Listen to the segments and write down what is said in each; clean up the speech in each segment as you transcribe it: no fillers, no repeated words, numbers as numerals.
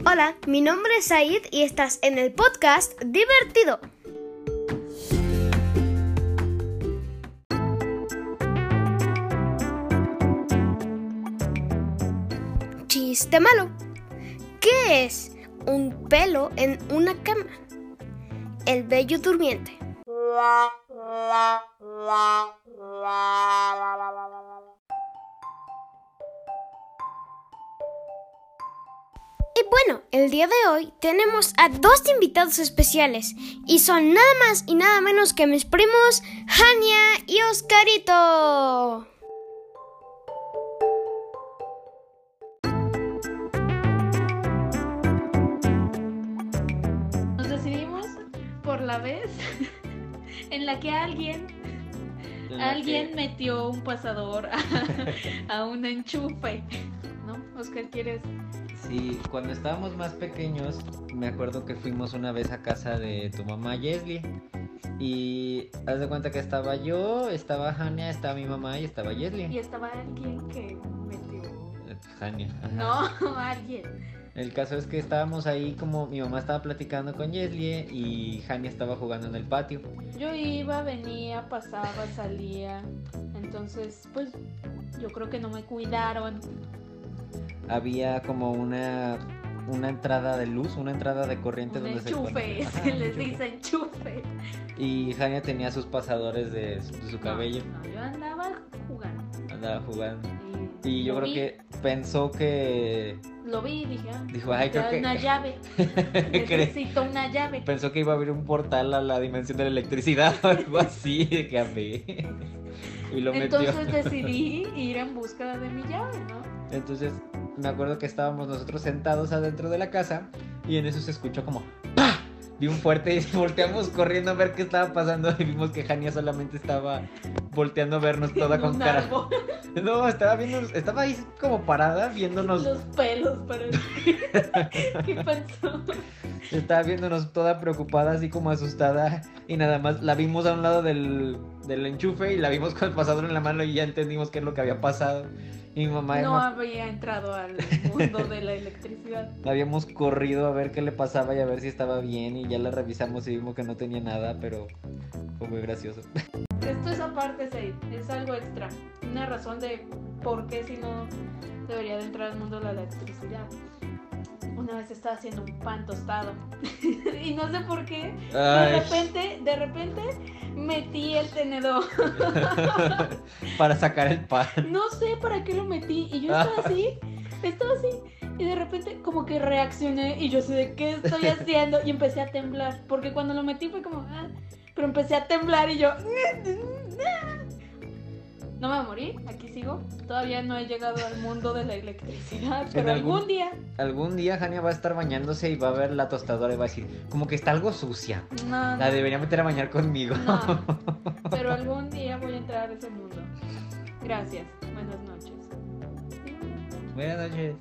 Hola, mi nombre es Said y estás en el podcast Divertido. Chiste malo. ¿Qué es un pelo en una cama? El vello durmiente. Y bueno, el día de hoy tenemos a dos invitados especiales y son nada más y nada menos que mis primos Hania y Oscarito. Nos decidimos por la vez en la que alguien metió un pasador a un enchufe, ¿no? Oscar, ¿quieres? Sí, cuando estábamos más pequeños, me acuerdo que fuimos una vez a casa de tu mamá Yesli. Y haz de cuenta que estaba yo, estaba Hania, estaba mi mamá y estaba Yesli. Y estaba alguien que metió... Hania, ajá. No, alguien. El caso es que estábamos ahí, como mi mamá estaba platicando con Yesli y Hania estaba jugando en el patio. Yo iba, venía, pasaba, salía. Entonces, pues, yo creo que no me cuidaron. Había como una entrada de luz, una entrada de corriente Un donde enchufe, se les dice enchufe. Y Hania tenía sus pasadores de su cabello. No, yo andaba jugando. Andaba jugando. Y yo Lo creo vi. que pensó que... Lo vi y dije, Dijo, ay, creo que... una llave. Necesito una llave. Pensó que iba a abrir un portal a la dimensión de la electricidad o algo así, de que a ver. Y lo Entonces metió. decidí ir en búsqueda de mi llave, ¿no? Entonces me acuerdo que estábamos nosotros sentados adentro de la casa y en eso se escuchó como ¡pah! Vi un fuerte y volteamos corriendo a ver qué estaba pasando y vimos que Hania solamente estaba volteando a vernos toda con Un cara. árbol. No, estaba ahí como parada viéndonos. Los pelos parecían. ¿Qué pasó? Estaba viéndonos toda preocupada, así como asustada. Y nada más la vimos a un lado del enchufe y la vimos con el pasador en la mano y ya entendimos qué es lo que había pasado. Y mi mamá No había entrado al mundo de la electricidad. habíamos corrido a ver qué le pasaba y a ver si estaba bien. Y ya la revisamos y vimos que no tenía nada, pero fue muy gracioso. Esto es aparte, Said. Es algo extra. Una razón de por qué si no debería de entrar al mundo de la electricidad. Una vez estaba haciendo un pan tostado y no sé por qué de repente metí el tenedor. Para sacar el pan. No sé para qué lo metí y yo estaba así y de repente como que reaccioné y yo sé de qué estoy haciendo y empecé a temblar porque cuando lo metí fue como pero empecé a temblar y yo no me voy a morir, aquí sigo. Todavía no he llegado al mundo de la electricidad, pero algún día Hania va a estar bañándose y va a ver la tostadora y va a decir, como que está algo sucia. No, La debería meter a bañar conmigo. no, pero algún día voy a entrar a ese mundo. Gracias, buenas noches. Buenas noches.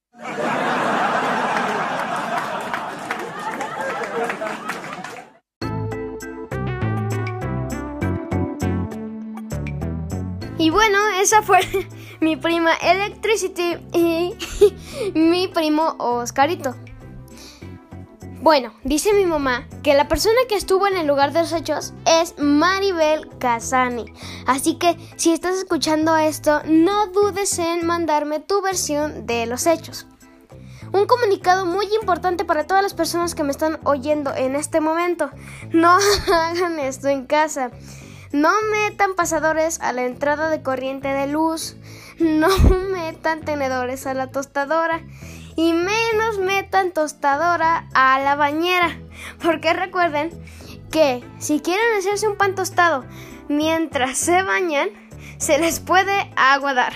Y bueno, esa fue mi prima Electricity y mi primo Oscarito. Bueno, dice mi mamá que la persona que estuvo en el lugar de los hechos es Maribel Casani. Así que si estás escuchando esto, no dudes en mandarme tu versión de los hechos. Un comunicado muy importante para todas las personas que me están oyendo en este momento. No hagan esto en casa. No metan pasadores a la entrada de corriente de luz. No metan tenedores a la tostadora. Y menos metan tostadora a la bañera. Porque recuerden que si quieren hacerse un pan tostado mientras se bañan, se les puede aguadar.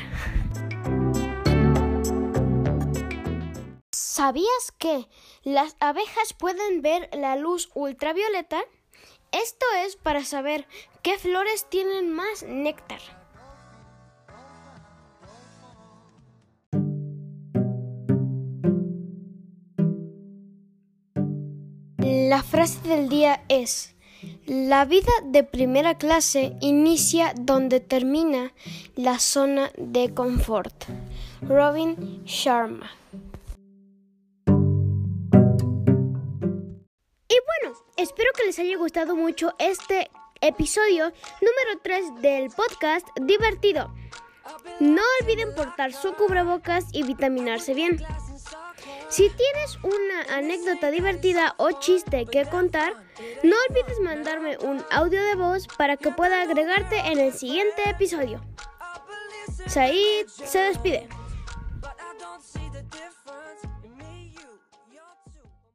¿Sabías que las abejas pueden ver la luz ultravioleta? Esto es para saber qué flores tienen más néctar. La frase del día es: la vida de primera clase inicia donde termina la zona de confort. Robin Sharma. que les haya gustado mucho este episodio número 3 del podcast divertido. No olviden portar su cubrebocas y vitaminarse bien. Si tienes una anécdota divertida o chiste que contar, no olvides mandarme un audio de voz para que pueda agregarte en el siguiente episodio. Said se despide.